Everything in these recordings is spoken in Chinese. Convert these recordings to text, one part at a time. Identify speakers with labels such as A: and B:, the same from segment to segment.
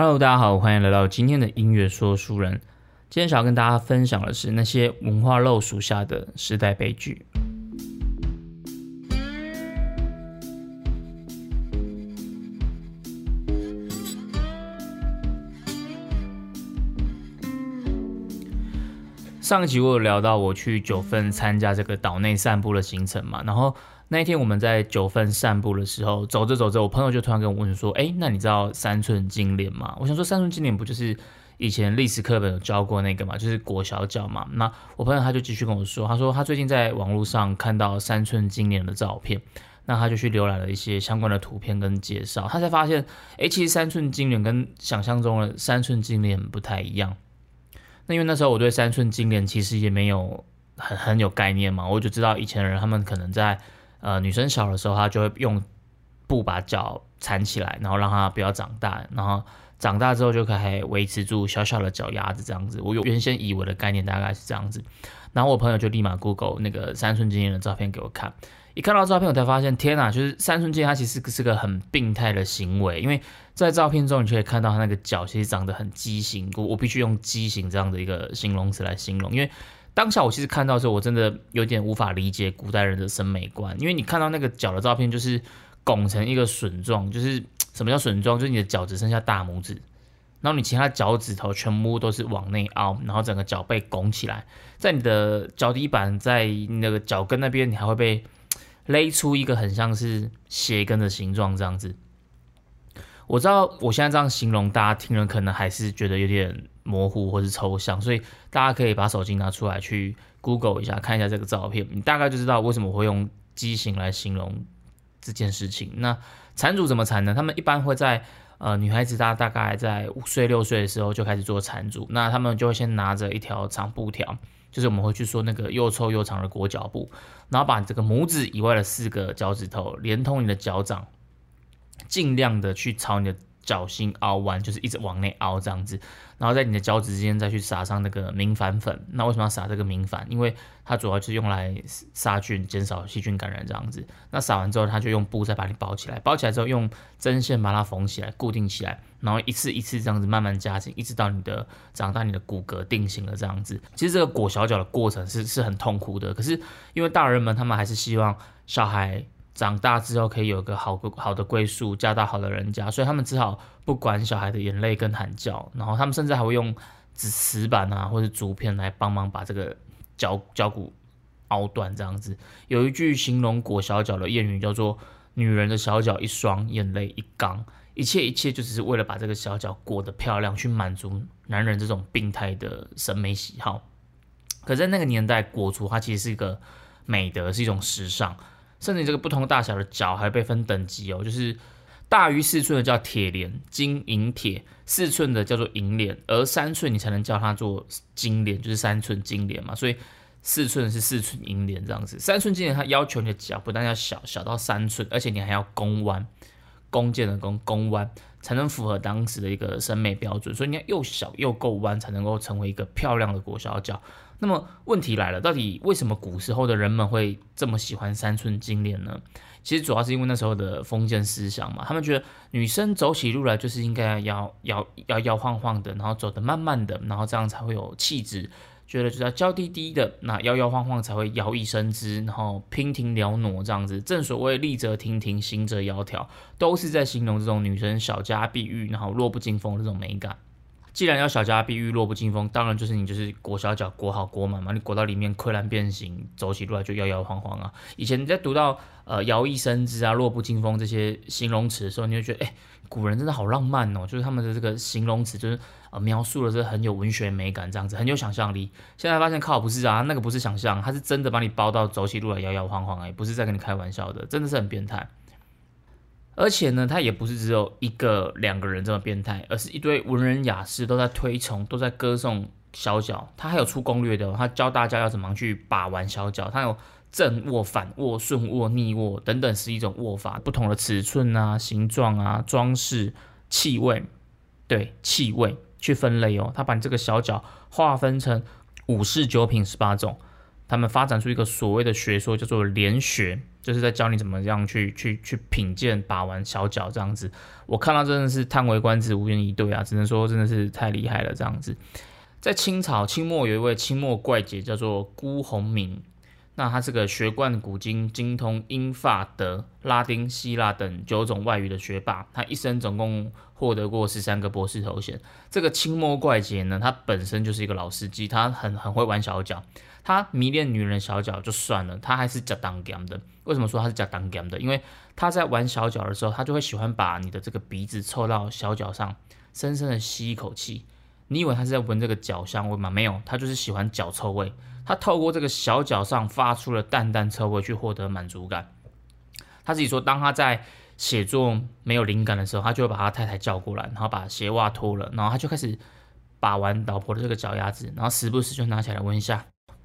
A: Hello， 大家好，欢迎来到今天的音乐说书人。今天想要跟大家分享的是那些文化漏属下的时代悲剧。上一集我有聊到我去九份参加这个岛内散步的行程嘛，然后那一天我们在九份散步的时候，走着走着，我朋友就突然跟我问说：“那你知道三寸金莲吗？”我想说，三寸金莲不就是以前历史课本有教过那个嘛，就是裹小脚嘛。那我朋友他就继续跟我说，他说他最近在网络上看到三寸金莲的照片，那他就去浏览了一些相关的图片跟介绍，他才发现，其实三寸金莲跟想象中的三寸金莲不太一样。那因为那时候我对三寸金莲其实也没有很有概念嘛，我就知道以前的人他们可能在女生小的时候，她就会用布把脚缠起来，然后让她不要长大，然后长大之后就可以维持住小小的脚丫子这样子。我原先以为的概念大概是这样子，然后我朋友就立马 Google 那个三寸金莲的照片给我看，一看到照片我才发现，天哪，就是三寸金莲它其实是个很病态的行为，因为在照片中你就可以看到它那个脚其实长得很畸形，我必须用畸形这样的一个形容词来形容，因为当下我其实看到的时候，我真的有点无法理解古代人的审美观，因为你看到那个脚的照片就是拱成一个笋状，就是什么叫笋状，就是你的脚只剩下大拇指，然后你其他脚趾头全部都是往内凹，然后整个脚背拱起来，在你的脚底板，在你那个脚跟那边，你还会被勒出一个很像是鞋跟的形状这样子。我知道我现在这样形容，大家听了可能还是觉得有点模糊或是抽象，所以大家可以把手机拿出来去 Google 一下，看一下这个照片，你大概就知道为什么我会用畸形来形容这件事情。那缠足怎么缠呢？他们一般会在女孩子大概在5岁6岁的时候就开始做缠足，那他们就会先拿着一条长布条，就是我们会去说那个又臭又长的裹脚布，然后把这个拇指以外的4个脚趾头连同你的脚掌，尽量的去朝你的脚心凹弯，就是一直往内凹这样子，然后在你的脚趾之间再去撒上那个明矾粉。那为什么要撒这个明矾？因为它主要就是用来杀菌，减少细菌感染这样子。那撒完之后，它就用布再把你包起来，包起来之后用针线把它缝起来，固定起来，然后一次一次这样子慢慢加紧，一直到你的长大，你的骨骼定型了这样子。其实这个裹小脚的过程是很痛苦的，可是因为大人们他们还是希望小孩长大之后可以有个好的归宿，嫁到好的人家，所以他们只好不管小孩的眼泪跟喊叫，然后他们甚至还会用石板啊或者竹片来帮忙把这个脚骨凹断这样子。有一句形容裹小脚的谚语叫做女人的小脚一双，眼泪一缸，一切就只是为了把这个小脚裹得漂亮，去满足男人这种病态的审美喜好。可在那个年代，裹足它其实是一个美德，是一种时尚，甚至这个不同大小的脚还被分等级哦，就是大于4寸的叫铁莲，金银铁；4寸的叫做银莲，而3寸你才能叫它做金莲，就是3寸金莲嘛。所以4寸是4寸银莲这样子。3寸金莲它要求你的脚不但要小到3寸，而且你还要弓弯，弓箭的弓弯，才能符合当时的一个审美标准。所以你要又小又够弯，才能够成为一个漂亮的裹小脚。那么问题来了，到底为什么古时候的人们会这么喜欢3寸金莲呢？其实主要是因为那时候的封建思想嘛，他们觉得女生走起路来就是应该摇晃晃的，然后走得慢慢的，然后这样才会有气质，觉得就是要娇滴滴的，那摇晃晃才会摇曳生姿，然后娉婷袅娜这样子。正所谓立则亭亭，行则窈窕，都是在形容这种女生小家碧玉，然后弱不禁风的这种美感。既然要小家碧玉弱不禁风，当然就是你就是裹小脚裹好裹满嘛，你裹到里面溃烂变形，走起路来就摇晃晃啊。以前你在读到摇曳生姿啊、弱不禁风这些形容词的时候，你就觉得古人真的好浪漫哦，就是他们的这个形容词就是描述的是很有文学美感这样子，很有想象力。现在发现靠不是啊，那个不是想象，他是真的把你包到走起路来摇晃晃，不是在跟你开玩笑的，真的是很变态。而且呢，他也不是只有1个2个人这么变态，而是一堆文人雅士都在推崇，都在歌颂小脚。他还有出攻略的他教大家要怎么去把玩小脚。他有正握、反握、顺握、逆握等等11种握法，不同的尺寸啊、形状啊、装饰、气味，对，气味去分类哦。他把你这个小脚划分成5式9品18种。 他们发展出一个所谓的学说，叫做连学，就是在教你怎么样去品鉴把玩小脚这样子。我看到真的是叹为观止，无言以对啊，只能说真的是太厉害了这样子。在清朝清末有一位清末怪杰叫做辜鸿铭，那他这个学贯古今，精通英法德拉丁希腊等9种外语的学霸，他一生总共获得过13个博士头衔。这个清末怪杰呢，他本身就是一个老司机，他很会玩小脚，他迷恋女人小脚就算了，他还是假当 gam 的。为什么说他是假当 gam 的？因为他在玩小脚的时候，他就会喜欢把你的这个鼻子凑到小脚上，深深的吸一口气。你以为他是在闻这个脚香味吗？没有，他就是喜欢脚臭味。他透过这个小脚上发出了淡淡臭味去获得满足感。他自己说，当他在写作没有灵感的时候，他就会把他太太叫过来，然后把鞋袜脱了，然后他就开始把玩老婆的这个脚丫子，然后时不时就拿起来闻一下。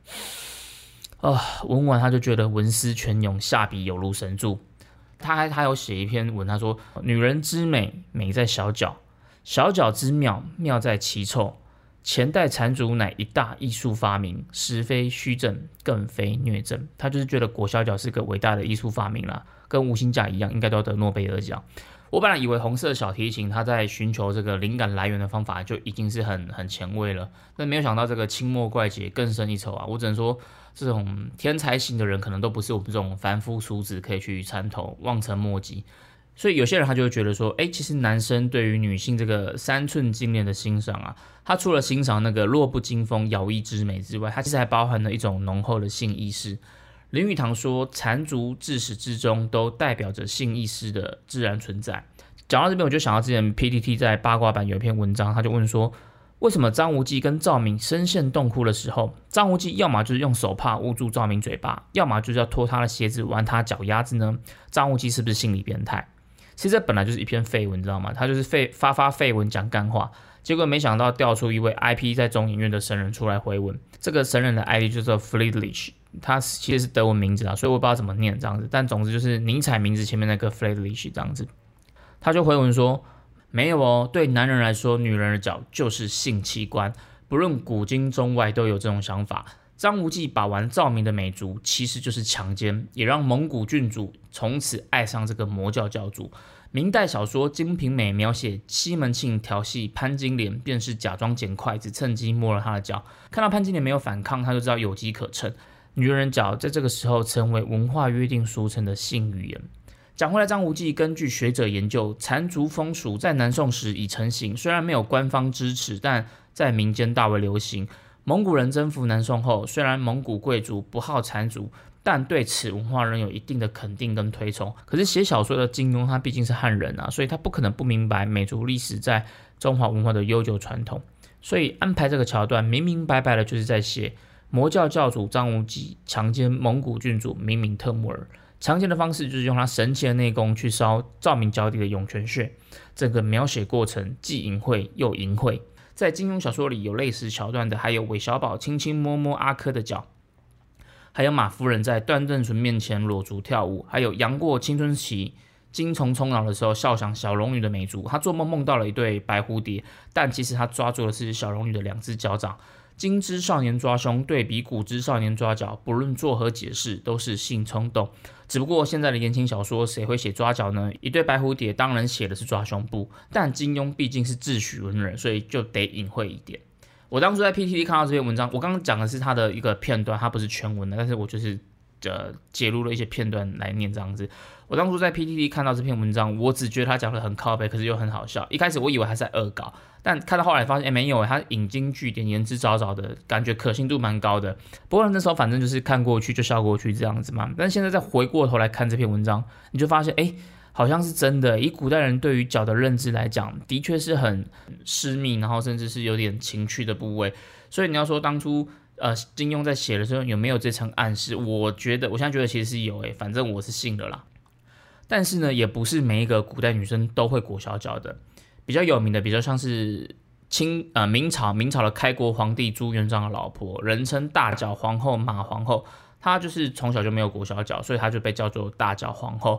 A: 闻完他就觉得文思泉涌，下笔有如神助。他有写一篇文，他说：女人之美，美在小脚。小脚之妙，妙在其臭。前代缠足乃一大艺术发明，实非虚正，更非虐症。他就是觉得裹小脚是个伟大的艺术发明啦，跟无薪假一样，应该都要得诺贝尔奖。我本来以为红色小提琴它在寻求这个灵感来源的方法就已经是很前卫了，但没有想到这个清末怪杰更胜一筹啊！我只能说，这种天才型的人可能都不是我们这种凡夫俗子可以去参透，望尘莫及。所以有些人他就会觉得说，其实男生对于女性这个3寸金莲的欣赏啊，他除了欣赏那个弱不禁风、摇曳之美之外，他其实还包含了一种浓厚的性意识。林语堂说，缠足自始至终都代表着性意识的自然存在。讲到这边，我就想到之前 PTT 在八卦版有一篇文章，他就问说，为什么张无忌跟赵敏深陷洞窟的时候，张无忌要么就是用手帕捂住赵敏嘴巴，要么就是要脱他的鞋子玩他脚丫子呢？张无忌是不是心理变态？其实这本来就是一篇废文，你知道吗？他就是发废文讲干话，结果没想到调出一位 IP 在中影院的神人出来回文。这个神人的 ID 就叫 Friedrich， 他其实是德文名字啊，所以我不知道怎么念这样子，但总之就是尼采名字前面那个 Friedrich 这样子。他就回文说，没有哦，对男人来说，女人的脚就是性器官，不论古今中外都有这种想法。张无忌把玩赵敏的美足，其实就是强奸，也让蒙古郡主从此爱上这个魔教教主。明代小说《金瓶梅》描写西门庆调戏潘金莲，便是假装捡筷子，趁机摸了她的脚。看到潘金莲没有反抗，他就知道有机可乘。女人脚在这个时候成为文化约定俗成的性语言。讲回来，张无忌根据学者研究，缠足风俗在南宋时已成型，虽然没有官方支持，但在民间大为流行。蒙古人征服南宋后，虽然蒙古贵族不好缠足，但对此文化仍有一定的肯定跟推崇。可是写小说的金庸他毕竟是汉人啊，所以他不可能不明白美足历史在中华文化的悠久传统，所以安排这个桥段明明白白的就是在写魔教教主张无忌强奸蒙古郡主明明特木儿。强奸的方式就是用他神奇的内功去烧赵敏脚底的涌泉穴，整个描写过程既隐晦又淫秽。在金庸小说里有类似桥段的，还有韦小宝轻轻摸摸阿珂的脚，还有马夫人在段正淳面前裸足跳舞，还有杨过青春期精虫充脑的时候笑想小龙女的美足。他做梦梦到了一对白蝴蝶，但其实他抓住的是小龙女的2只脚掌。今之少年抓胸对比古之少年抓脚，不论作何解释都是性冲动。只不过现在的言情小说谁会写抓脚呢？一对白蝴蝶当然写的是抓胸部，但金庸毕竟是自诩文人，所以就得隐晦一点。我当初在 PTT 看到这篇文章，我刚刚讲的是他的一个片段，它不是全文的，但是我就是截录了一些片段来念这样子。我当初在 PTT 看到这篇文章，我只觉得他讲的很靠北，可是又很好笑。一开始我以为他是在恶搞，但看到后来发现，没有，他引经据典，言之凿凿的，感觉可信度蛮高的。不过那时候反正就是看过去就笑过去这样子嘛。但现在再回过头来看这篇文章，你就发现，好像是真的。以古代人对于脚的认知来讲，的确是很私密，然后甚至是有点情趣的部位。所以你要说当初金庸在写的时候有没有这层暗示？我现在觉得其实是有，反正我是信的啦。但是呢，也不是每一个古代女生都会裹小脚的。比较有名的，比较像是明朝的开国皇帝朱元璋的老婆，人称大脚皇后马皇后，她就是从小就没有裹小脚，所以她就被叫做大脚皇后。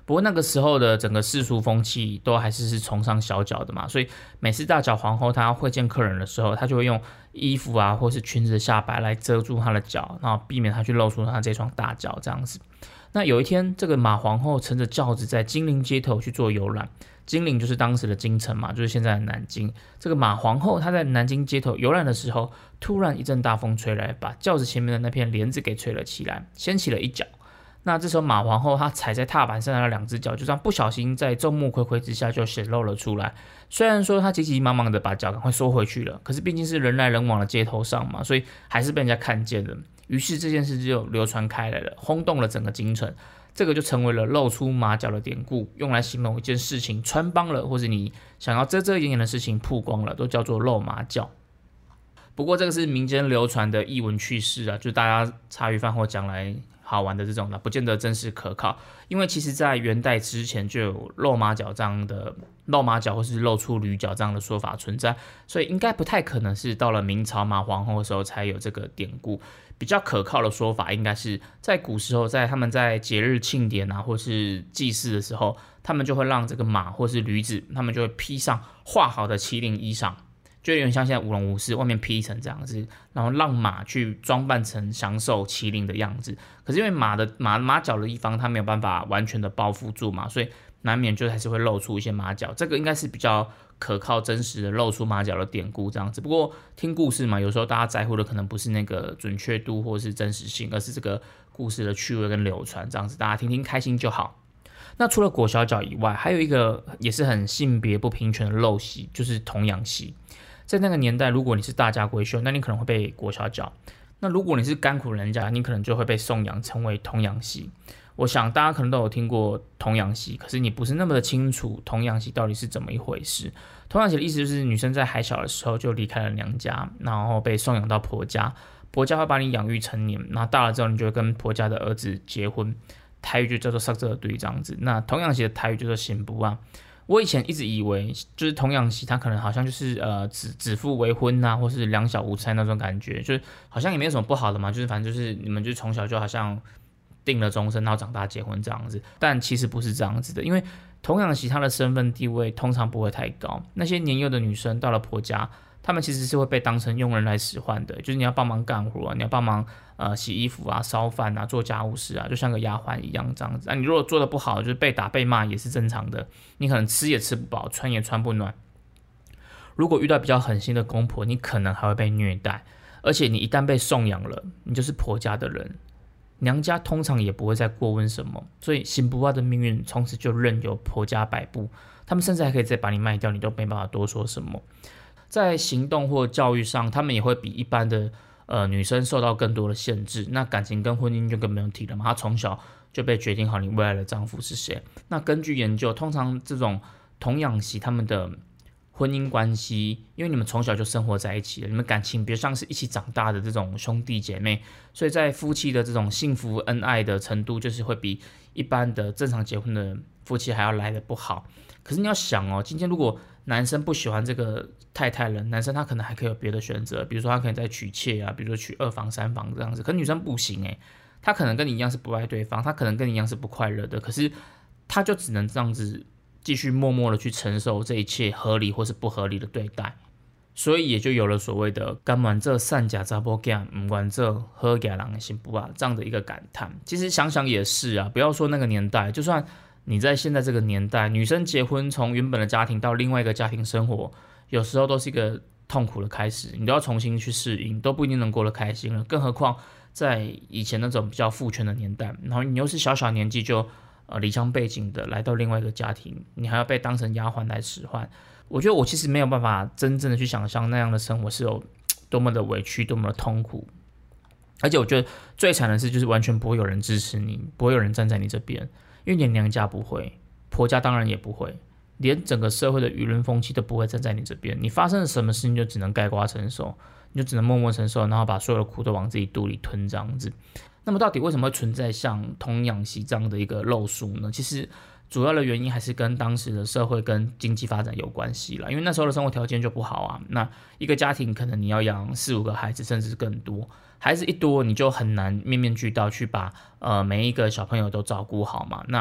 A: 不过那个时候的整个世俗风气都还是崇尚小脚的嘛，所以每次大脚皇后她要会见客人的时候，她就会用衣服啊或是裙子的下摆来遮住她的脚，然后避免她去露出她这双大脚这样子。那有一天，这个马皇后乘着轿子在金陵街头去做游览。金陵就是当时的京城嘛，就是现在的南京。这个马皇后她在南京街头游览的时候，突然一阵大风吹来，把轿子前面的那片帘子给吹了起来，掀起了一角。那这时候马皇后她踩在踏板上的两只脚，就这样不小心在众目睽睽之下就显露了出来。虽然说她急急忙忙的把脚赶快缩回去了，可是毕竟是人来人往的街头上嘛，所以还是被人家看见了。于是这件事就流传开来了，轰动了整个京城。这个就成为了露出马脚的典故，用来形容一件事情穿帮了，或者你想要遮遮掩掩的事情曝光了，都叫做露马脚。不过这个是民间流传的艺文趣事啊，就大家茶余饭后讲来好玩的这种的，不见得真实可靠。因为其实在元代之前就有露马脚这样的露马脚或是露出驴脚这样的说法存在，所以应该不太可能是到了明朝马皇后的时候才有这个典故。比较可靠的说法应该是在古时候，在他们在节日庆典啊或是祭祀的时候，他们就会让这个马或是驴子，他们就会披上画好的麒麟衣裳，就有点像现在舞龙舞狮外面披成这样子，然后让马去装扮成享受麒麟的样子。可是因为马脚的地方它没有办法完全的包覆住嘛，所以难免就还是会露出一些马脚。这个应该是比较可靠真实的露出马脚的典故这样子。不过听故事嘛，有时候大家在乎的可能不是那个准确度或是真实性，而是这个故事的趣味跟流传这样子，大家听听开心就好。那除了裹小脚以外，还有一个也是很性别不平权的陋习，就是童养媳。在那个年代，如果你是大家闺秀，那你可能会被裹小脚；那如果你是甘苦人家，你可能就会被送养成为童养媳。我想大家可能都有听过童养媳，可是你不是那么的清楚童养媳到底是怎么一回事。童养媳的意思就是女生在还小的时候就离开了娘家，然后被送养到婆家，婆家会把你养育成年，然后大了之后你就会跟婆家的儿子结婚，台语就叫做杀这对这样子。那童养媳的台语叫做新妇啊。我以前一直以为就是童养媳，她可能好像就是指腹为婚啊，或是两小无猜那种感觉，就是好像也没有什么不好的嘛，就是反正就是你们就从小就好像定了终身，然后长大结婚这样子。但其实不是这样子的，因为童养媳她的身份地位通常不会太高，那些年幼的女生到了婆家，她们其实是会被当成佣人来使唤的，就是你要帮忙干活啊，你要帮忙洗衣服啊、烧饭啊、做家务事啊，就像个丫鬟一样这样子。你如果做得不好，就是被打被骂也是正常的，你可能吃也吃不饱，穿也穿不暖。如果遇到比较狠心的公婆，你可能还会被虐待，而且你一旦被送养了，你就是婆家的人，娘家通常也不会再过问什么，所以新不二的命运从此就任由婆家摆布，他们甚至还可以再把你卖掉，你都没办法多说什么。在行动或教育上，他们也会比一般的女生受到更多的限制。那感情跟婚姻就更不用提了嘛，她从小就被决定好你未来的丈夫是谁。那根据研究，通常这种童养媳他们的婚姻关系，因为你们从小就生活在一起了，你们感情比较像是一起长大的这种兄弟姐妹，所以在夫妻的这种幸福恩爱的程度，就是会比一般的正常结婚的夫妻还要来得不好。可是你要想哦，今天如果男生不喜欢这个太太了，男生他可能还可以有别的选择，比如说他可以再娶妾啊，比如说娶二房三房这样子。可是女生不行欸，她可能跟你一样是不爱对方，她可能跟你一样是不快乐的，可是她就只能这样子继续默默的去承受这一切合理或是不合理的对待。所以也就有了所谓的甘愿做善假查某囝，不愿做好家人的媳妇啊这样的一个感叹。其实想想也是啊，不要说那个年代，就算你在现在这个年代，女生结婚从原本的家庭到另外一个家庭生活，有时候都是一个痛苦的开始，你都要重新去适应，都不一定能过得开心了。更何况在以前那种比较父权的年代，然后你又是小小年纪就离乡背井的来到另外一个家庭，你还要被当成丫鬟来使唤。我觉得我其实没有办法真正的去想象那样的生活是有多么的委屈，多么的痛苦。而且我觉得最惨的是，就是完全不会有人支持你，不会有人站在你这边。因为连娘家不会，婆家当然也不会，连整个社会的舆论风气都不会站在你这边。你发生了什么事情，就只能概括承受，你就只能默默承受，然後把所有的苦都往自己肚里吞这样子。那么到底为什么会存在像童养媳这样的一个陋俗呢？其实主要的原因还是跟当时的社会跟经济发展有关系啦。因为那时候的生活条件就不好啊，那一个家庭可能你要养4-5个孩子，甚至更多。孩子一多，你就很难面面俱到去把每一个小朋友都照顾好嘛。那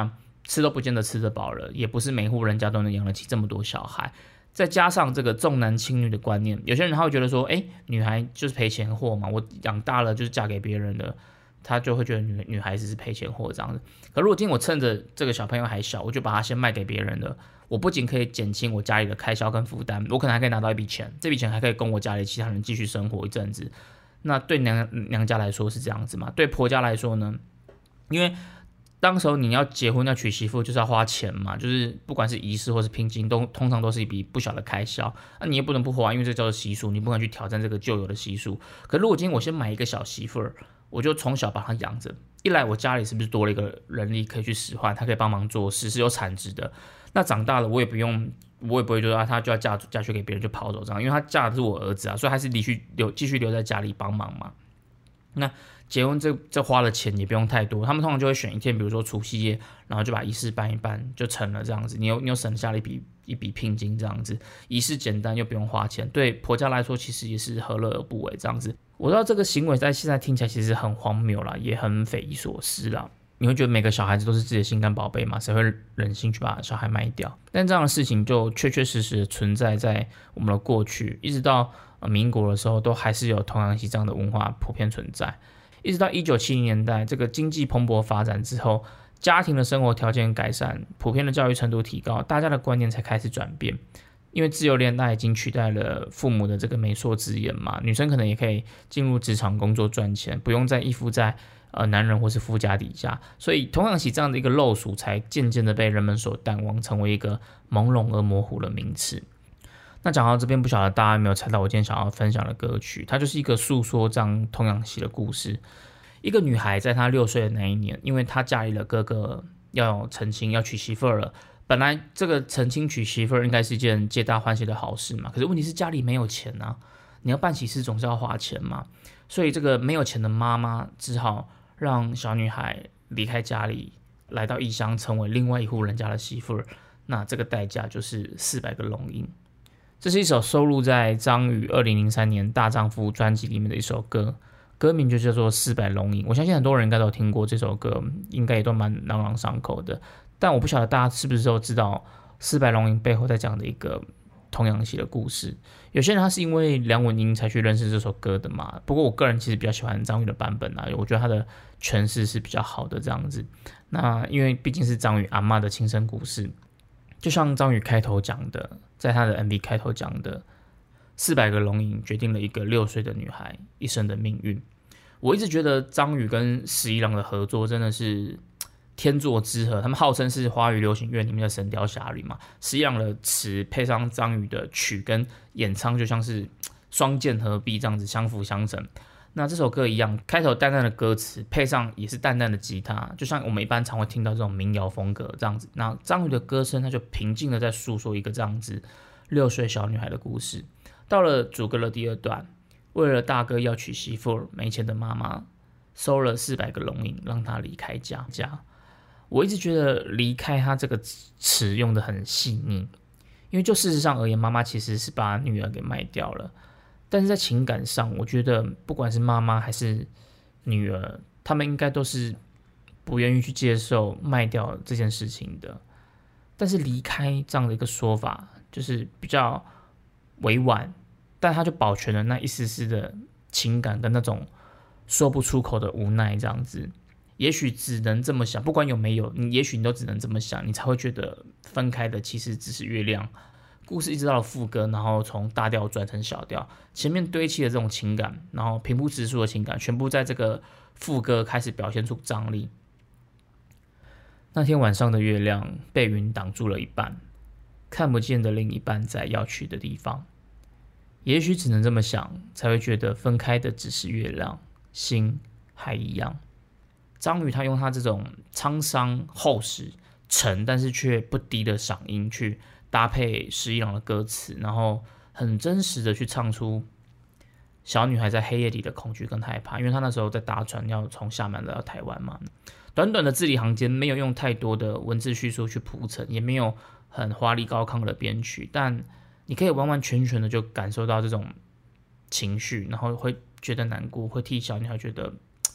A: 吃都不见得吃得饱了，也不是每户人家都能养得起这么多小孩。再加上这个重男轻女的观念，有些人他会觉得说，女孩就是赔钱货嘛，我养大了就是嫁给别人的，他就会觉得女孩子是赔钱货这样子。可如果今天我趁着这个小朋友还小，我就把他先卖给别人了，我不仅可以减轻我家里的开销跟负担，我可能还可以拿到一笔钱，这笔钱还可以供我家里其他人继续生活一阵子。那对娘家来说是这样子嘛？对婆家来说呢？因为当时候你要结婚要娶媳妇就是要花钱嘛，就是不管是仪式或是聘金，通常都是一笔不小的开销。那你也不能不花，因为这叫做习俗，你不能去挑战这个旧有的习俗。可如果今天我先买一个小媳妇儿，我就从小把她养着，一来我家里是不是多了一个人力可以去使唤，她可以帮忙做事，是有产值的。那长大了我也不会就说她就要嫁去给别人就跑走这样，因为她嫁的是我儿子啊，所以还是继续留在家里帮忙嘛。那结婚这花的钱也不用太多，他们通常就会选一天，比如说除夕夜，然后就把仪式办一办就成了这样子。你有省下了一笔聘金这样子，仪式简单又不用花钱，对婆家来说其实也是何乐而不为这样子。我知道这个行为在现在听起来其实很荒谬啦，也很匪夷所思啦。你会觉得每个小孩子都是自己的心肝宝贝嘛？谁会忍心去把小孩卖掉？但这样的事情就确确实实存在在我们的过去，一直到民国的时候，都还是有童养媳这样的文化普遍存在。一直到1970年代，这个经济蓬勃发展之后，家庭的生活条件改善，普遍的教育程度提高，大家的观念才开始转变。因为自由恋爱已经取代了父母的这个媒妁之言嘛，女生可能也可以进入职场工作赚钱，不用再依附在男人或是夫家底下，所以童养媳这样的一个陋俗才渐渐的被人们所淡忘，成为一个朦胧而模糊的名词。那讲到这边，不晓得大家有没有猜到我今天想要分享的歌曲？它就是一个诉说这样童养媳的故事。一个女孩在她6岁的那一年，因为她家里的哥哥要成亲要娶媳妇儿了，本来这个成亲娶媳妇儿应该是一件皆大欢喜的好事嘛，可是问题是家里没有钱啊，你要办喜事总是要花钱嘛，所以这个没有钱的妈妈只好让小女孩离开家里，来到异乡，成为另外一户人家的媳妇儿。那这个代价就是400个龙印。这是一首收录在张宇2003年《大丈夫》专辑里面的一首歌，歌名就叫做《400龙印》。我相信很多人应该都有听过这首歌，应该也都蛮朗朗上口的。但我不晓得大家是不是都知道400龙印背后在讲的一个童养媳的故事。有些人他是因为梁文音才去认识这首歌的嘛，不过我个人其实比较喜欢张宇的版本啊，我觉得他的诠释是比较好的这样子。那因为毕竟是张宇阿嬷的亲身故事，就像张宇开头讲的，在他的 MV 开头讲的，400个龙印决定了一个6岁的女孩一生的命运。我一直觉得张宇跟十一郎的合作真的是天作之合，他们号称是华语流行乐里面的神雕侠侣嘛。十一郎的词配上张宇的曲跟演唱，就像是双剑合璧这样子相辅相成。那这首歌一样，开头淡淡的歌词配上也是淡淡的吉他，就像我们一般常会听到这种民谣风格这样子。那张宇的歌声他就平静的在诉说一个这样子6岁小女孩的故事。到了主歌的第2段，为了大哥要娶媳妇，没钱的妈妈收了400个龙印，让他离开家。我一直觉得离开他这个词用的很细腻，因为就事实上而言，妈妈其实是把女儿给卖掉了。但是在情感上，我觉得不管是妈妈还是女儿，他们应该都是不愿意去接受卖掉这件事情的。但是离开这样的一个说法，就是比较委婉，但他就保全了那一丝丝的情感跟那种说不出口的无奈这样子。也许只能这么想，不管有没有，也许你都只能这么想，你才会觉得分开的其实只是月亮。故事一直到了副歌，然后从大调转成小调，前面堆砌的这种情感，然后平铺直述的情感，全部在这个副歌开始表现出张力。那天晚上的月亮被云挡住了一半，看不见的另一半在要去的地方。也许只能这么想，才会觉得分开的只是月亮，心还一样。张宇他用他这种沧桑厚实沉但是却不低的嗓音去搭配十一郎的歌词，然后很真实的去唱出小女孩在黑夜里的恐惧跟害怕。因为她那时候在搭船要从厦门来到台湾嘛，短短的字里行间没有用太多的文字叙述去铺陈，也没有很华丽高亢的编曲，但你可以完完全全的就感受到这种情绪，然后会觉得难过，会替小女孩觉得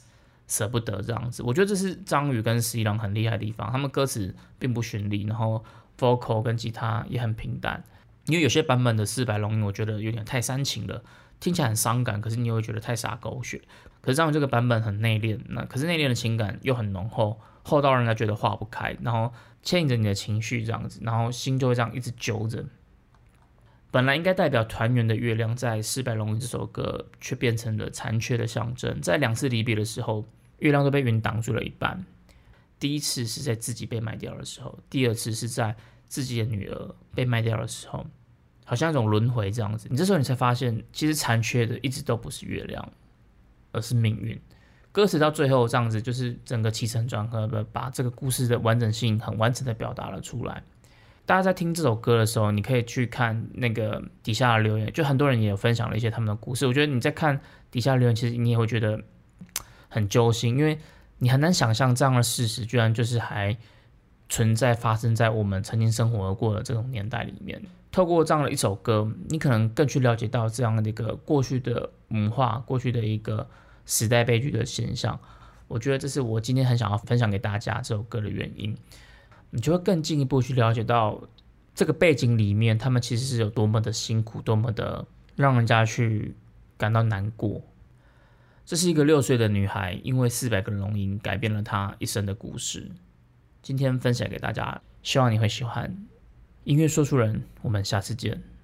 A: 舍不得这样子。我觉得这是张宇跟十一郎很厉害的地方，他们歌词并不绚丽，然后 vocal 跟吉他也很平淡。因为有些版本的四百龙吟我觉得有点太煽情了，听起来很伤感，可是你又会觉得太洒狗血。可是张宇这个版本很内敛，可是内敛的情感又很浓厚，厚到让人家觉得化不开，然后牵引着你的情绪这样子，然后心就会这样一直揪着。本来应该代表团圆的月亮，在《四百龙吟》这首歌却变成了残缺的象征。在2次离别的时候，月亮都被云挡住了一半。第一次是在自己被卖掉的时候，第二次是在自己的女儿被卖掉的时候，好像一种轮回这样子。你这时候你才发现，其实残缺的一直都不是月亮，而是命运。歌词到最后这样子，就是整个起承转合的把这个故事的完整性很完整的表达了出来。大家在听这首歌的时候，你可以去看那个底下的留言，就很多人也有分享了一些他们的故事。我觉得你在看底下的留言，其实你也会觉得很揪心，因为你很难想象这样的事实居然就是还存在发生在我们曾经生活过的这种年代里面。透过这样的一首歌，你可能更去了解到这样的一个过去的文化，过去的一个时代悲剧的现象。我觉得这是我今天很想要分享给大家这首歌的原因。你就会更进一步去了解到这个背景里面，他们其实是有多么的辛苦，多么的让人家去感到难过。这是一个6岁的女孩，因为400个龙吟改变了她一生的故事。今天分享给大家，希望你会喜欢。音乐说书人，我们下次见。